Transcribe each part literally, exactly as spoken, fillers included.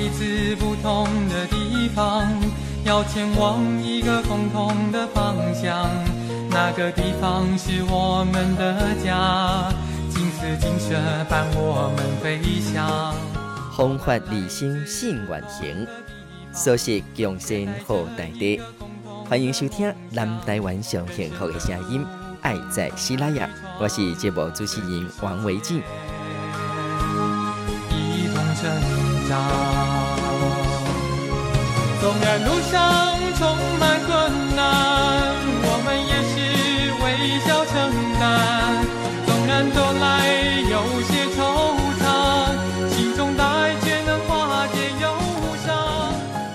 自不同的地方，要前往一个共同的方向，那个地方是我们的家，金丝金蛇伴我们飞翔。 风发理性信愿行，所识共生好大地。欢迎收听南台湾上幸福的声音，爱在西拉雅。我是节目主持人王维静。 一同成长，纵然路上充满困难，我们也是微笑承担。纵然走来有些惆怅，心中的爱却能化解忧伤。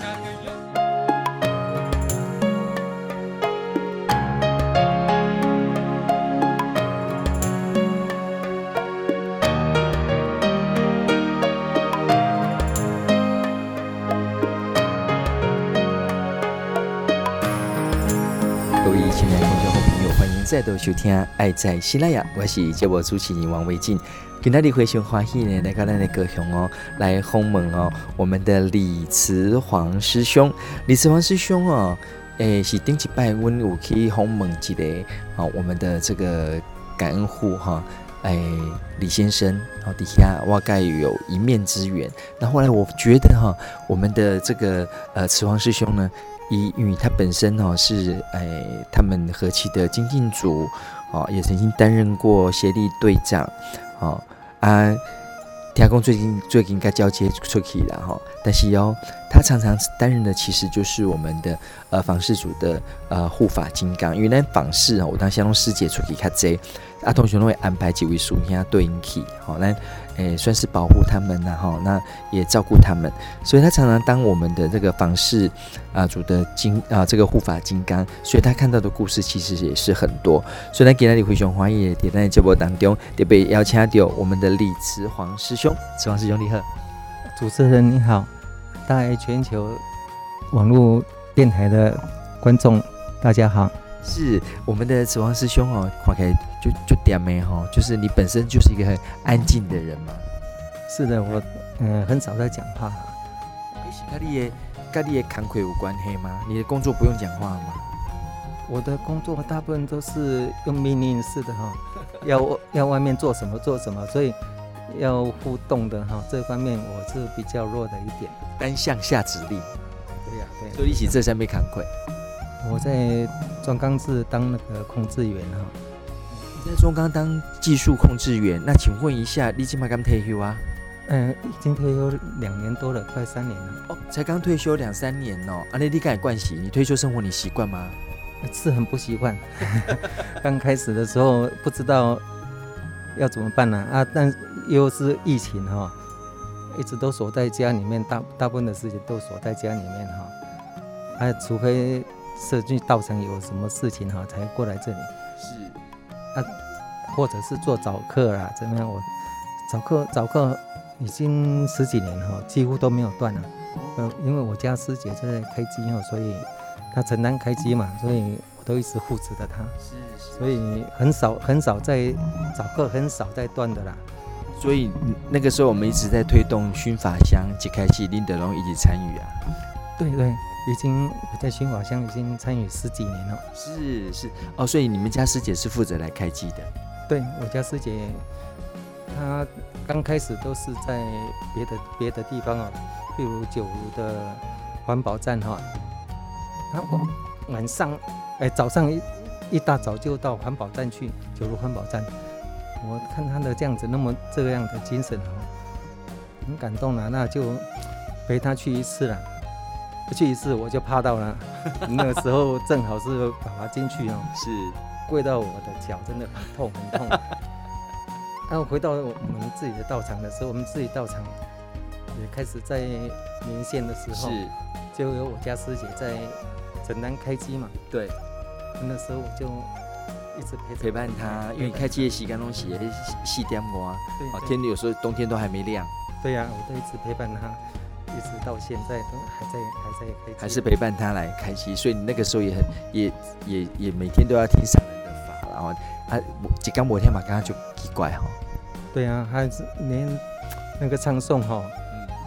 各位亲爱的观众和朋友，欢迎再度收听《爱在西拉雅》，我是节目主持人王维静。今天非常欢喜呢，来到咱的高雄哦，来访问哦，我们的李慈煌师兄。李慈煌师兄哦，诶，是顶一摆阮有去访问一个哦，我们的这个感恩户哈。哎，李先生，然后底下大概有一面之缘。那后来我觉得哈，我们的这个呃慈煌师兄呢，因为他本身哦是哎他们和气的精进组哦，也曾经担任过协力队长哦啊。听说最近最近该交接出去了哈，但是哦，他常常担任的其实就是我们的呃访视组的呃护法金刚，因为咱访视哦，我当相当师姐出去较济，啊，同学都会安排几位师兄对应去，好，那诶算是保护他们呐哈，那也照顾他们，所以他常常当我们的这个访视啊组的金啊这个护法金刚，所以他看到的故事其实也是很多，所以咱今天非常欢迎在咱节目当中特别邀请到我们的李慈煌师兄，慈煌师兄你好， 主持人你好，大全球网络电台的观众大家好。 是我们的慈煌师兄哦，看起来就就点没哈，就是你本身就是一个很安静的人嘛。 是的，我嗯、呃、很少在讲话。 跟你的跟你的工作有关系吗？你的工作不用讲话吗？ 我的工作大部分都是用命令式的哈，要要外面做什么做什么，所以要互动的哈，这方面我是比较弱的一点。 单向下指令。 对呀、啊，对、啊。 所以一起这三杯工作。 我在中钢是当那个控制员哈。 你在中钢当技术控制员，那请问一下，你今嘛刚退休啊？ 嗯、呃，已经退休两年多了，快三年了。 哦，才刚退休两三年哦。啊，你你敢惯习？你退休生活你习惯吗？ 是很不习惯。刚开始的时候不知道要怎么办呢 啊, 啊，但又是疫情哈，一直都锁在家里面，大大部分的事情都锁在家里面哈。啊，除非社区道场有什么事情哈，才过来这里。是。啊，或者是做早课啦，怎么样？我早课早课已经十几年哈，几乎都没有断了。呃，因为我家师姐在开机哈，所以她承担开机嘛，所以我都一直护持着她。是是。所以很少很少在早课很少在断的啦。 所以那个时候我们一直在推动熏法香，一开始林德龙一起参与啊。 对对。已经我在熏法香已经参与十几年了。 是是哦，所以你们家师姐是负责来开机的。 对，我家师姐，她刚开始都是在别的别的地方哦，譬如九如的环保站哈、哦，她晚上哎早上一一大早就到环保站去，九如环保站，我看她的这样子那么这样的精神哦，很感动了，那就陪她去一次了。去一次我就怕到了，那个时候正好是爸爸进去哦， 是跪到我的脚，真的很痛很痛。然后回到我们自己的道场的时候，我们自己道场也开始在年线的时候，是就有我家师姐在承担开机嘛。 对， 那时候我就一直陪陪伴他，因为开机的时间都是四点多，对，天有时候冬天都还没亮。 对呀、啊，我都一直陪伴他。一直到现在都还在还在开机， 还是陪伴他来开机，所以你那个时候也很也也也每天都要听上人的法，然后啊，一讲无听嘛，刚刚就奇怪哈。 对啊，还是连那个唱诵哈，嗯，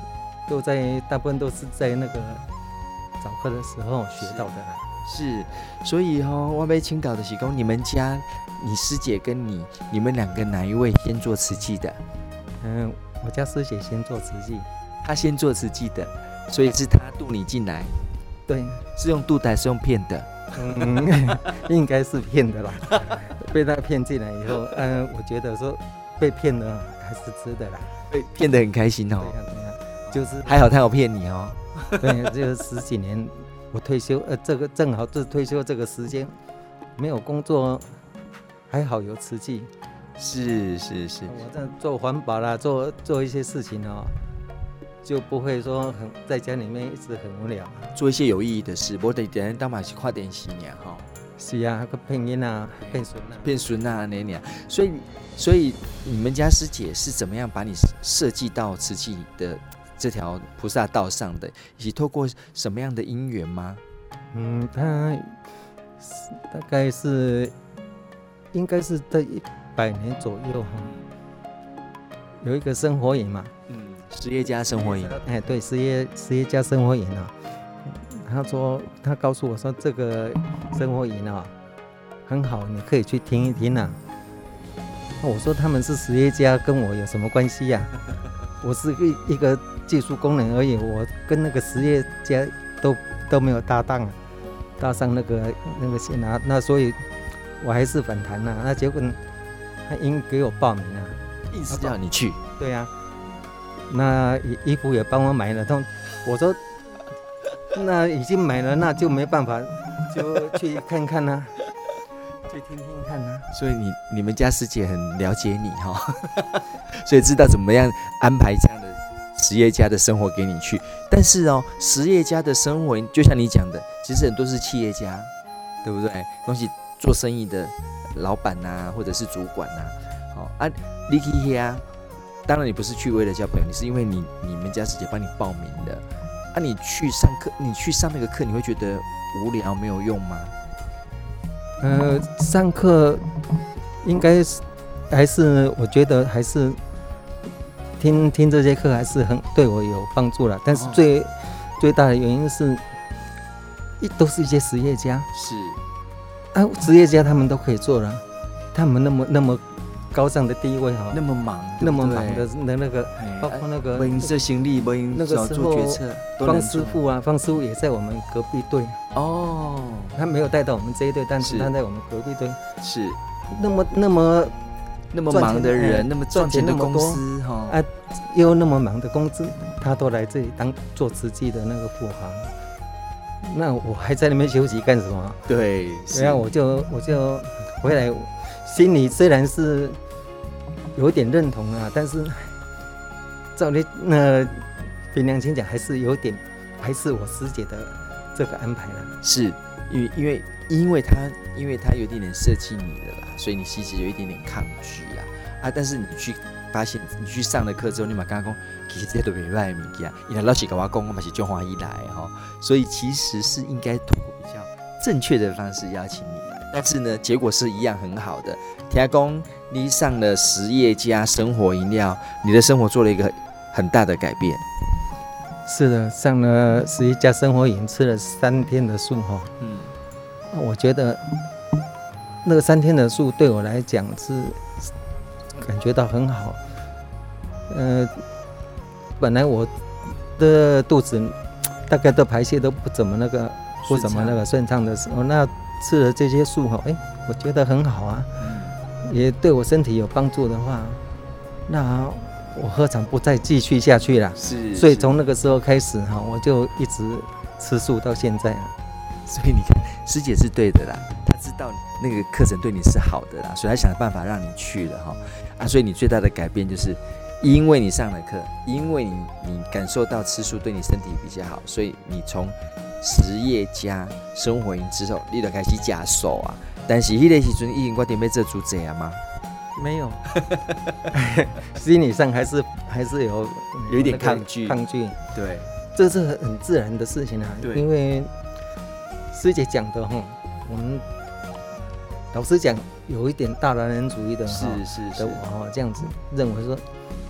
都在大部分都是在那个早课的时候学到的啦。 是，所以哦，我要请教的是讲，你们家你师姐跟你，你们两个哪一位先做慈济的？ 嗯，我家师姐先做慈济， 她先做慈济的，所以是她渡你进来， 对， 是用渡的还是用骗的？ 嗯，应该是骗的啦。被他骗进来以后，嗯，我觉得说被骗了还是值得啦。 被骗得很开心哦。 对呀、对呀、就是还好他有骗你哦。 对，这十几年我退休，呃，这个正好是退休这个时间，没有工作，还好有慈济。 是是是， 我在做环保啦，做做一些事情哦，就不会说很在家里面一直很无聊。 做一些有意义的事，我得等当嘛是看电视呀哈。 是啊，个骗囡啊，骗孙啊， 骗孙啊那年，所以所以你们家师姐是怎么样把你设计到慈济的这条菩萨道上的，以及透过什么样的因缘吗？ 嗯，他大概是应该是在一百年左右哈，有一个生活营嘛， 嗯，实业家生活营， 哎，对，实业实业家生活营啊。他说，他告诉我说，这个生活营啊很好，你可以去听一听啊。我说他们是实业家，跟我有什么关系呀、啊？我是一一个技术工人而已，我跟那个实业家都都没有搭档啊，搭上那个那个线啊，那所以我还是反弹呐、啊。那结果他硬给我报名啊， 硬是叫你去。 对呀、啊，那衣服也帮我买了，都我说。那已经买了，那就没办法，就去看看呐、啊，去听听看呐、啊。 所以你你们家师姐很了解你哈、哦，所以知道怎么样安排这样的实业家的生活给你去。但是哦，实业家的生活就像你讲的，其实很多是企业家，对不对？东西做生意的老板呐、啊，或者是主管呐、啊，好、哦、啊，你去遐，当然你不是去为了交朋友，你是因为你你们家师姐帮你报名的。啊，你去上课，你去上那个课，你会觉得无聊没有用吗？ 呃，上课应该是还是我觉得还是听听这些课还是很对我有帮助了。但是最、哦、最大的原因是，一都是一些实业家， 是啊，实业家他们都可以做了，他们那么那么。高尚的地位哈， 那么忙， 那么忙的那那个，包括那个， 不用做行李，不用那个时候做决策。 方师傅啊，方师傅也在我们隔壁队哦， 他没有带到我们这一队，但是他在我们隔壁队。 是， 那么那么那么忙的人，那么赚钱的公司哈， 啊，又那么忙的公司，他都来这里当做慈济的那个护航。那我还在那边休息干什么？ 对， 然后我就我就回来。心里虽然是有点认同啊，但是照理那凭良心讲，还是有点还是我师姐的这个安排了。 是因为因为因为他因为他有一点点设计你的啦，所以你其实有一点点抗拒啦啊。但是你去发现，你去上了课之后，你嘛刚刚讲，其实这些都袂歹的物件，因为老师跟我讲，我嘛是就欢喜来哈，所以其实是应该通过比较正确的方式邀请你。但是呢，结果是一样很好的。听说你上了实业家生活饮料，你的生活做了一个很大的改变。 是的，上了实业家生活营，吃了三天的素哈。嗯，我觉得那个三天的素对我来讲是感觉到很好。呃，本来我的肚子大概的排泄都不怎么那个不怎么那个顺畅的时候，那吃了这些素哈，哎，我觉得很好啊，嗯、也对我身体有帮助的话，那我何尝不再继续下去啦？ 是， 所以从那个时候开始哈，我就一直吃素到现在啊。 所以你看，师姐是对的啦，她知道那个课程对你是好的啦，所以她想办法让你去了哈啊。所以你最大的改变就是，因为你上了课，因为你你感受到吃素对你身体比较好，所以你从实业家生活营之后，你就开始吃素啊。但是那个时阵已经决定要做主宰啊吗？ 没有，心理上还是还是有有一点抗拒， 抗拒。 对， 这是很自然的事情啊。 对， 因为师姐讲的哈，我们老师讲有一点大男人主义的， 是是是的我哈，这样子认为说，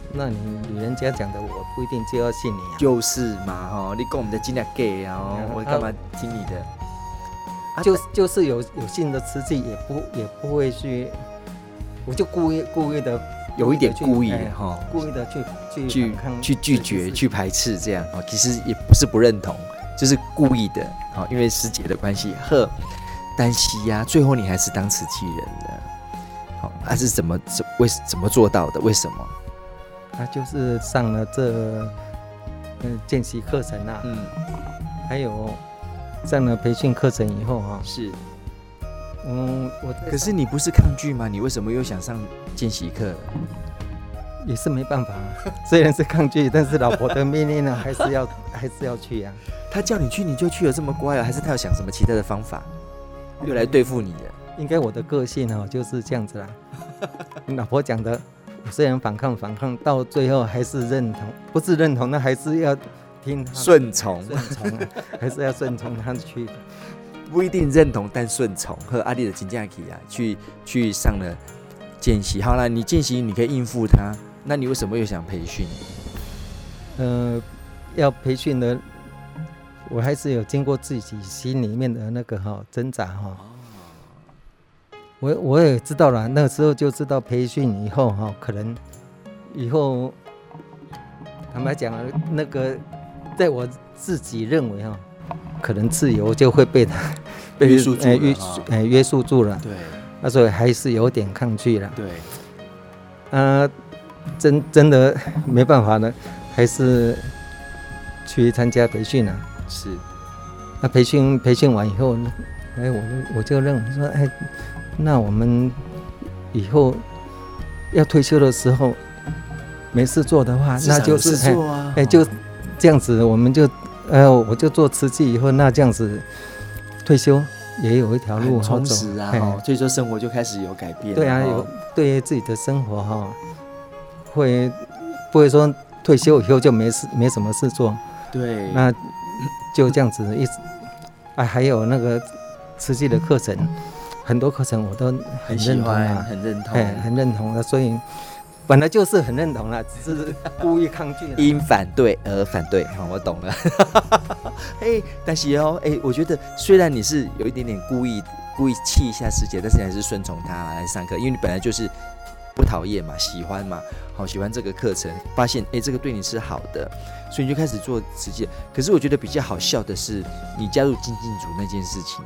那你女人家讲的，我不一定就要信你啊。 就是嘛，哈，你跟我们的尽量给啊， 嗯我干嘛听你的？啊就就是有有性的吃剂，也不也不会去，我就故意故意的， 有一点故意哎哈， 故意的去去去反抗去拒这绝、 些事去排斥这样哦，其实也不是不认同，就是故意的哦，因为师姐的关系，呵，单膝呀，最后你还是当慈济人了，好，他是怎么怎为怎么做到的？为什么？ 他就是上了这嗯见习课程啊， 嗯， 还有上了培训课程以后哈、啊， 是， 嗯，我可是你不是抗拒吗？你为什么又想上见习课？ 也是没办法、啊，虽然是抗拒，但是老婆的命令呢，还是要还是要去啊。 他叫你去你就去了，这么乖了，还是他有想什么其他的方法，又来对付你了？ 应该我的个性哈、哦、就是这样子啦。老婆讲的，我虽然反抗反抗，到最后还是认同，不是认同，那还是要听他顺从， 顺从、啊，还是要顺从他去的。 不一定认同，但顺从。和阿丽的金佳琪啊，去去上了见习。好了，你见习你可以应付他，那你为什么又想培训？ 呃，要培训的，我还是有经过自己心里面的那个哈、哦、挣扎哈、哦。我我也知道了，那个时候就知道培训以后哈、哦，可能以后坦白讲，那个在我自己认为哈、哦，可能自由就会被他被约束住了、 呃约呃约束住了。 对， 那所以还是有点抗拒了。 对， 啊，真真的没办法了，还是去参加培训了。 是。 那培训培训完以后，哎，我就我就认为说，哎，那我们以后要退休的时候没事做的话，那就是事做啊， 哎，就这样子，我们就呃，我就做慈济以后，那这样子退休也有一条路很充实啊， 哎哦，所以说生活就开始有改变了。 对啊， 哦有对自己的生活哈、哦，会不会说退休以后就没事没什么事做？ 对， 那就这样子一直啊，还有那个慈济的课程，很多课程我都很很喜认同欢， 啊， 很认同， 哎，很认同的，所以本来就是很认同啦，只是故意抗拒啦。 因反对而反对，好，我懂了。哎，但是哦，哎，我觉得虽然你是有一点点故意故意气一下师姐，但是你还是顺从她来上课，因为你本来就是不讨厌嘛，喜欢嘛，好喜欢这个课程，发现哎这个对你是好的，所以你就开始做慈济。可是我觉得比较好笑的是，你加入精进组那件事情。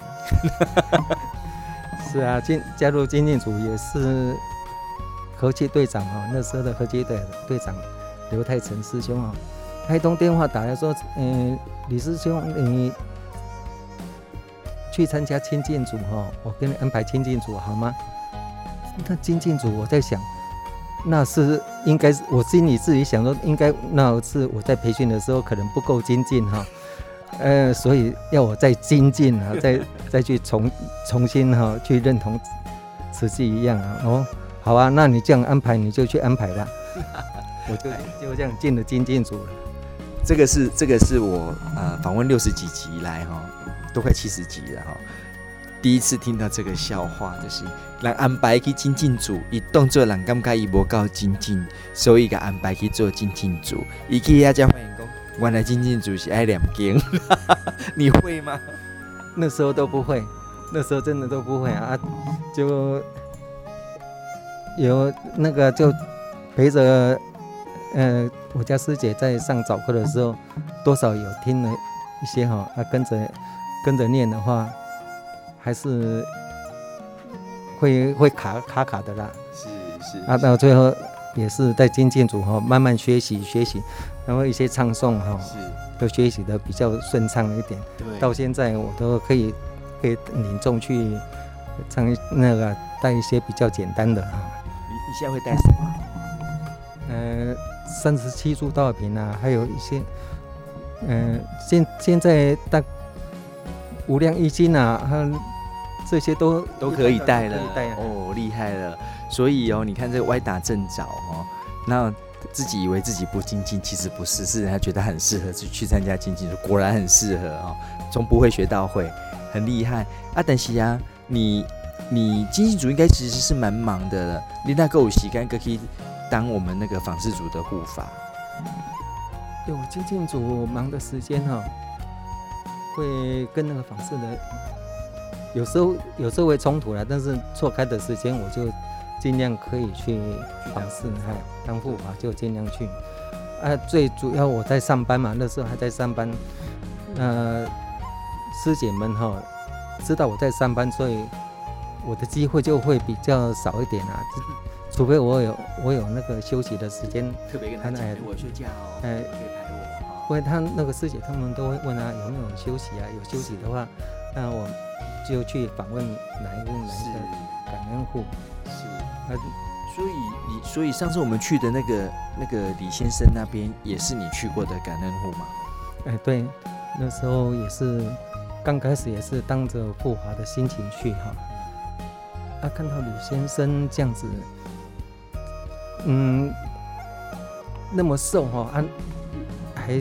是啊，进加入精进组也是和气队长哦，那时候的和气队队长刘泰成师兄哦，他一通电话打来说，嗯，李师兄，你去参加精进组哦，我给你安排精进组好吗？那精进组我在想，那是应该是我心里自己想说，应该那是我在培训的时候可能不够精进哈、哦。呃，所以要我再精进啊，再再去重重新哈、啊、去认同慈济一样啊。哦，好啊，那你这样安排你就去安排吧。我就就这样进了精进组了。 这个是这个是我呃访问六十几集以来哈、哦，都快七十集了哈、哦，第一次听到这个笑话，就是人安排去精进组，伊当作人感觉伊无够精进，所以甲安排去做精进组。伊去遐才发现讲，原来精进组是爱念经，你会吗？ 那时候都不会，那时候真的都不会啊，就有那个就陪着呃我家师姐在上早课的时候，多少有听了一些哈，啊跟着跟着念的话，还是会会卡卡卡的啦。 是是啊，到最后也是在精进组哈，慢慢学习学习，然后一些唱诵哈， 是， 都学习的比较顺畅一点。 对， 到现在我都可以可以领众去唱那个带一些比较简单的哈。 你你现在会带什么？ 呃，三十七柱道品啊，还有一些，呃，现现在大无量易经啊，还有这些都都可以带了， 可以带啊。 哦，厉害了！所以哦，你看这个歪打正着哦，那自己以为自己不精进，其实不是，是人家觉得很适合去去参加精进，果然很适合哦，从不会学到会，很厉害啊！但是啊，你你精进组应该其实是蛮忙的了，你那个有时间可以当我们那个访视组的护法？ 有精进组忙的时间哈、哦，会跟那个访视的有时候有时候会冲突啦，但是错开的时间我就尽量可以去访视，还当护法就尽量去。啊，最主要我在上班嘛，那时候还在上班，呃，师姐们哈、哦、知道我在上班，所以我的机会就会比较少一点啊。除非我有我有那个休息的时间， 特别跟他讲，我休假哦，哎，可以陪我。 因为他那个师姐他们都会问啊有没有休息啊，有休息的话，那我就去访问哪一个哪一个感恩户。 是，啊，所以你所以上次我们去的那个那个李先生那边，也是你去过的感恩户吗？ 哎，对，那时候也是刚开始也是当着护法的心情去哈。啊，看到李先生这样子。嗯，那么瘦哈、啊，还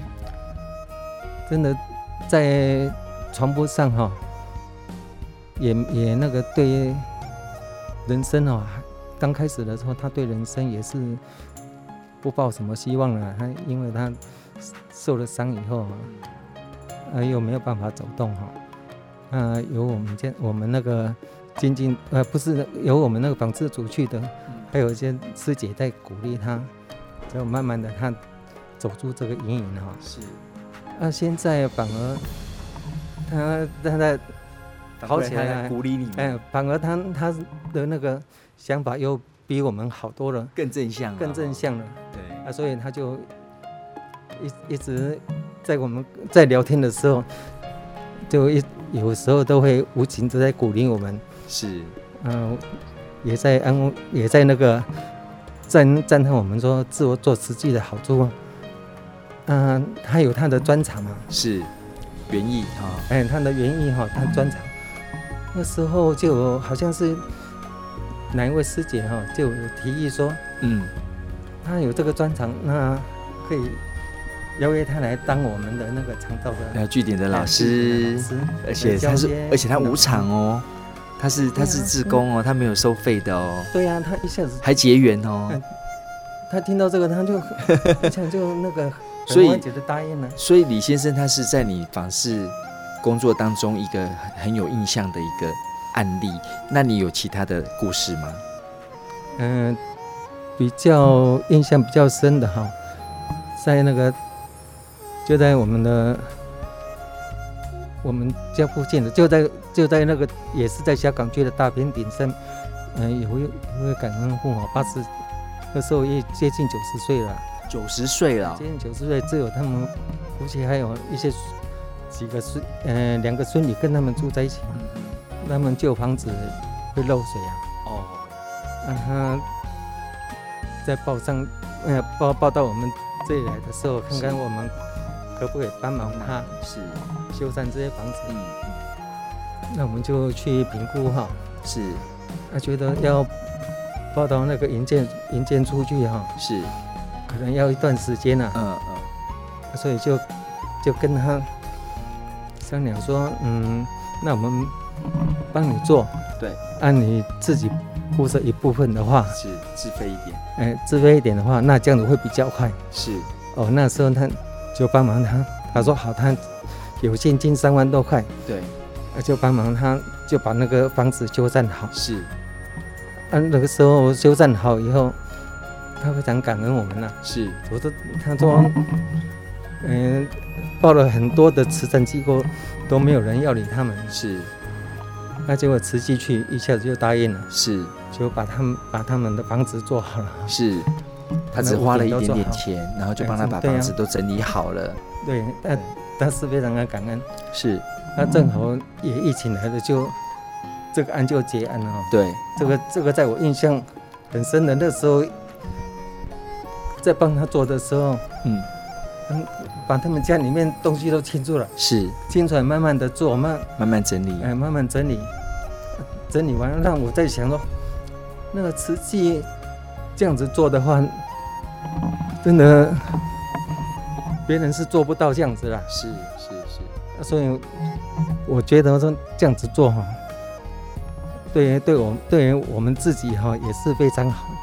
真的在传播上哈、哦，也也那个对人生哦，刚开始的时候，他对人生也是不抱什么希望了。他因为他受了伤以后，呃，又没有办法走动哈、哦，呃，有我们这我们那个精进呃，不是有我们那个访视组去的。还有一些师姐在鼓励他，就慢慢的他走出这个阴影哈。 是。 啊，现在反而他他在好起来， 鼓励你。 哎，反而他他的那个想法又比我们好多了， 更正向了， 更正向了。 对。 啊，所以他就一一直在我们在聊天的时候，就一有时候都会无情的在鼓励我们。 是。 嗯、呃。也在安慰，也在那个赞赞叹我们说自我做实际的好处。嗯、呃，他有他的专长嘛， 是园艺哈， 哎，他的园艺哈，他专长。那时候就好像是哪一位师姐哈，就有提议说，嗯，他有这个专长，那可以邀约他来当我们的那个长照的据点的老师，老师而且他是，而且他无偿哦。他是他是志工哦，他没有收费的哦。 对呀、啊，他一下子还结缘哦、嗯。 他听到这个，他就一下就那个， 所以觉得答应了。 所以李先生他是在你访视工作当中一个很有印象的一个案例。那你有其他的故事吗？ 嗯、呃，比较印象比较深的哈，在那个就在我们的。我们家附近的，就在就在那个也是在小港区的大坪顶上，嗯、呃，有一有一位感恩户哦，八十那时候也接近九十岁了， 九十岁了， 接近九十岁，只有他们夫妻还有一些几个孙，呃，两个孙女跟他们住在一起嘛，嗯、他们旧房子会漏水啊，哦，让他在报上，呃，报报到我们这里来的时候，看看我们可不可以帮忙他， 是。 修缮这些房子，嗯，那我们就去评估哈， 是， 他觉得要报到那个营建营建出去哈， 是， 可能要一段时间呐、啊，嗯嗯，所以就就跟他商量说，嗯，那我们帮你做， 对， 按你自己付这一部分的话， 是自费一点， 哎，自费一点的话，那这样子会比较快， 是， 哦，那时候他就帮忙他，他说好，他。有现金三万多块， 对， 就帮忙他，就把那个房子修缮好。 是， 啊，那个时候修缮好以后，他非常感恩我们了、啊。 是， 我说，他说，嗯、呃，报了很多的慈善机构，都没有人要理他们。 是， 那结果慈济去一下子就答应了。 是， 就把他们把他们的房子做好了。 是，他只花了一点点钱，然后就帮他把房子都整理好了。 对，那、啊。他是非常的感恩， 是， 他正好也疫情来了，就这个案就结案了、哦。 对， 这个这个在我印象很深的，那时候在帮他做的时候，嗯，把他们家里面东西都清出来， 是， 清出来慢慢的做，慢慢慢整理， 哎，慢慢整理，整理完了，让我在想说，那个慈济这样子做的话，真的。别人是做不到这样子啦， 是是是， 所以我觉得说这样子做哈，对对我对于我们自己哈也是非常好，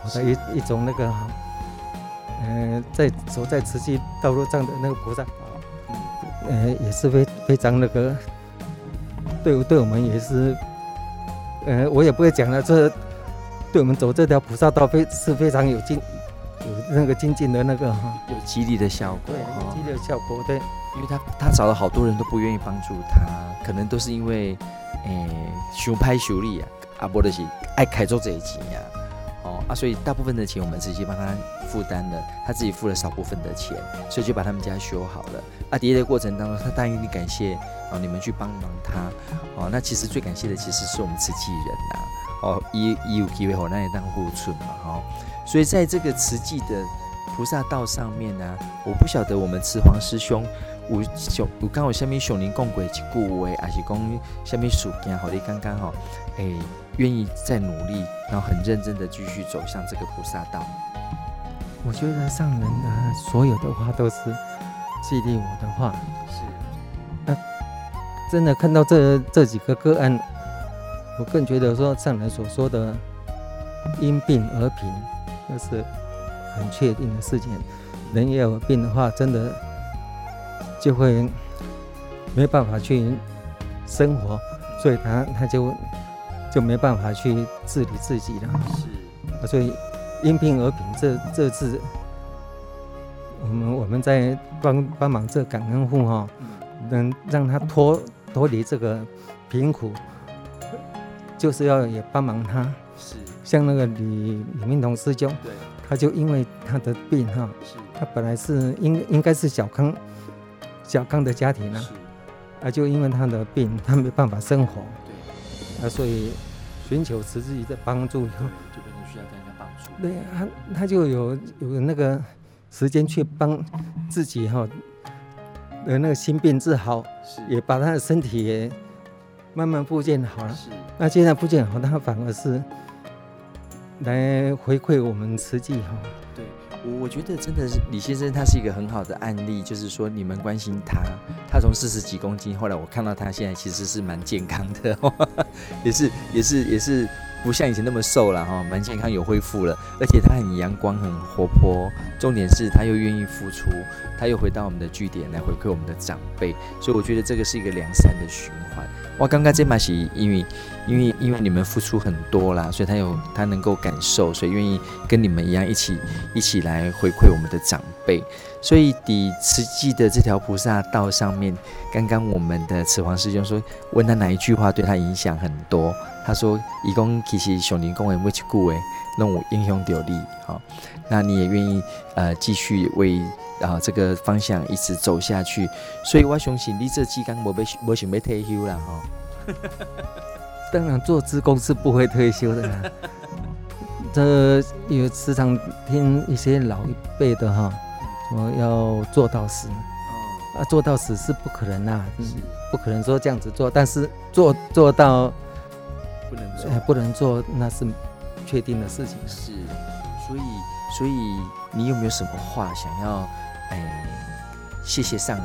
的一一种那个，呃，在走在慈济道路上的那个菩萨，呃，也是非非常那个，对对我们也是，呃，我也不会讲了，这对我们走这条菩萨道非是非常有精有那个精进的那个哈， 有激励的效果， 对，有激励的效果，对， 因为他他找了好多人都不愿意帮助他，可能都是因为，诶，想拍修理啊，啊，不就是爱开做这一钱呀，哦啊，所以大部分的钱我们直接帮他负担了，他自己付了少部分的钱，所以就把他们家修好了。啊，第一的过程当中，他当然你感谢哦你们去帮忙他，哦，那其实最感谢的其实是我们慈济人呐、啊，哦，伊伊有机会好那里当护村嘛，哈、哦，所以在这个慈济的菩萨道上面呢、啊，我不晓得我们慈黄师兄有有有刚有下面熊林讲过一句话，还是讲下面事件，好你刚刚好，哎，愿意再努力，然后很认真的继续走向这个菩萨道。 我觉得上人的所有的话都是激励我的话， 是， 那真的看到这这几个个案，我更觉得说上人所说的因病而贫，那是很确定的事情。人也有病的话，真的就会没办法去生活，所以他他就就没办法去治理自己了。 是， 所以因病而贫，这这次我们我们在帮帮忙这感恩户哈，能让他脱脱离这个贫苦，就是要也帮忙他。 是， 像那个李李明同师兄， 对， 他就因为他的病哈，他本来是应应该是小康小康的家庭啊，啊，就因为他的病，他没办法生活，对，啊，所以寻求慈济的帮助以后， 就变成需要跟人家帮助。 对，他他就有有那个时间去帮自己哈的那个心病治好，也把他的身体也慢慢复健好了。是，那现在复健好，他反而是来回馈我们慈济哈。 对，我我觉得真的是李先生，他是一个很好的案例，就是说你们关心他，他从四十几公斤，后来我看到他现在其实是蛮健康的，也是也是也是不像以前那么瘦了哈，蛮健康有恢复了，而且他很阳光很活泼，重点是他又愿意付出，他又回到我们的据点来回馈我们的长辈，所以我觉得这个是一个良善的循环。哇，刚刚这嘛是因为因为因为你们付出很多啦，所以他有他能够感受，所以愿意跟你们一样一起一起来回馈我们的长辈。所以底慈济的这条菩萨道上面，刚刚我们的慈黄师兄说，问他哪一句话对他影响很多？他说：“义工其实上人讲的每一句话，让我影响到你。好，那你也愿意呃继续为啊、呃、这个方向一直走下去。所以我相信你这几天没要没想要退休啦哈。 当然做志工是不会退休的啦。这有时常听一些老一辈的哈，说要做到死。”啊，做到死是不可能啦、啊嗯，不可能说这样子做，但是做做到不能做， 哎，不能做，那是确定的事情。 是，所以所以你有没有什么话想要哎谢谢上人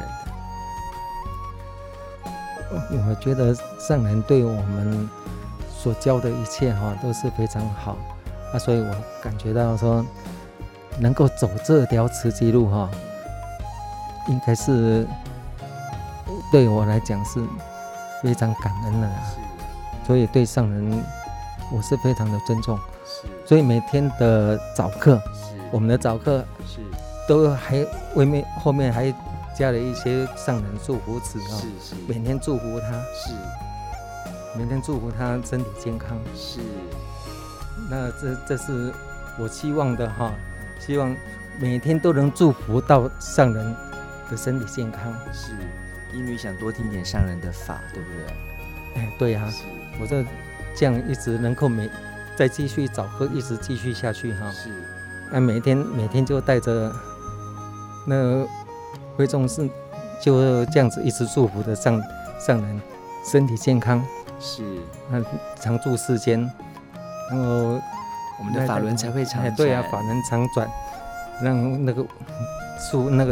的？ 我觉得上人对我们所教的一切哈都是非常好啊，所以我感觉到说能够走这条慈济路哈。应该是对我来讲是非常感恩的，所以对上人我是非常的尊重。所以每天的早课，我们的早课都还外面后面还加了一些上人祝福词哦，每天祝福他，是每天祝福他身体健康。是，那这这是我希望的哈，希望每天都能祝福到上人的身体健康。 是，因为想多听点上人的法，对不对？ 哎，对啊，我这这样一直能够每再继续早课，一直继续下去哈。是，啊，每天每天就带着那会众是就这样子一直祝福的上上人身体健康。是，那常住世间，然后我们的法轮才会常转。 对啊，法轮常转，让那个出那个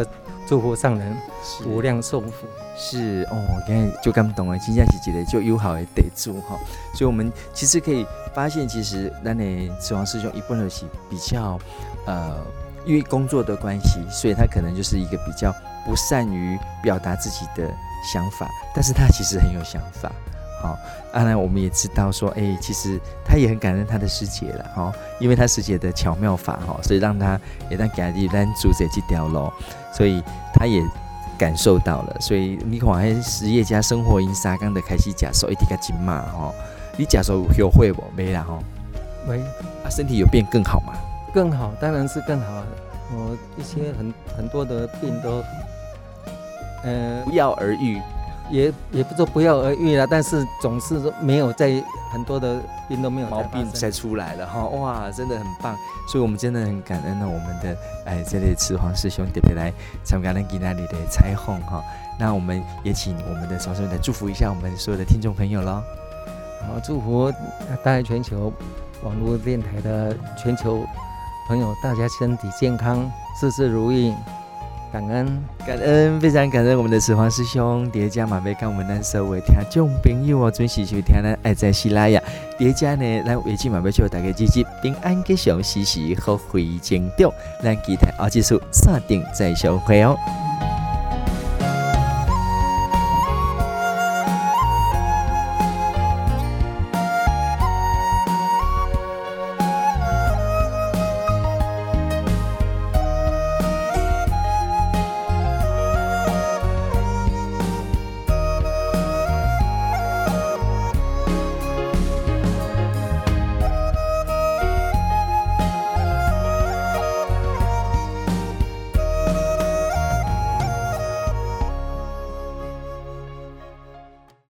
祝福上人无量寿福。 是哦，刚才就感动了，真正是一个就友好的地主哈。所以我们其实可以发现，其实咱的慈航师兄一般都是比较呃，因为工作的关系，所以他可能就是一个比较不善于表达自己的想法，但是他其实很有想法。好、哦，当然我们也知道说，哎，其实他也很感恩他的师姐了哈、哦，因为他师姐的巧妙法哈、哦，所以让他也让家己咱走这这条路，所以他也感受到了。所以你看，迄实业家生活因三工就开始吃素，一直较紧嘛吼。你吃素有后悔无？没啦吼。 喂， 啊，身体有变更好吗？ 更好，当然是更好。我一些很很多的病都，呃， 不药而愈。 也也不说不药而愈啦，但是总是没有在很多的病都没有毛病才出来了哈，哇，真的很棒，所以我们真的很感恩呢，我们的哎这类慈航师兄特别来参加咱今天里的采访哈，那我们也请我们的慈航师兄来祝福一下我们所有的听众朋友咯。 好，祝福大爱全球网络电台的全球朋友，大家身体健康，事事如意。感恩感恩，非常感恩我们的慈航师兄，叠加嘛要跟我们咱所有的听众朋友哦，准时收听咱爱在西拉雅。叠加呢，咱维基嘛要祝大家日日平安吉祥，时时好回前途。咱期待下一次线顶再相会哦。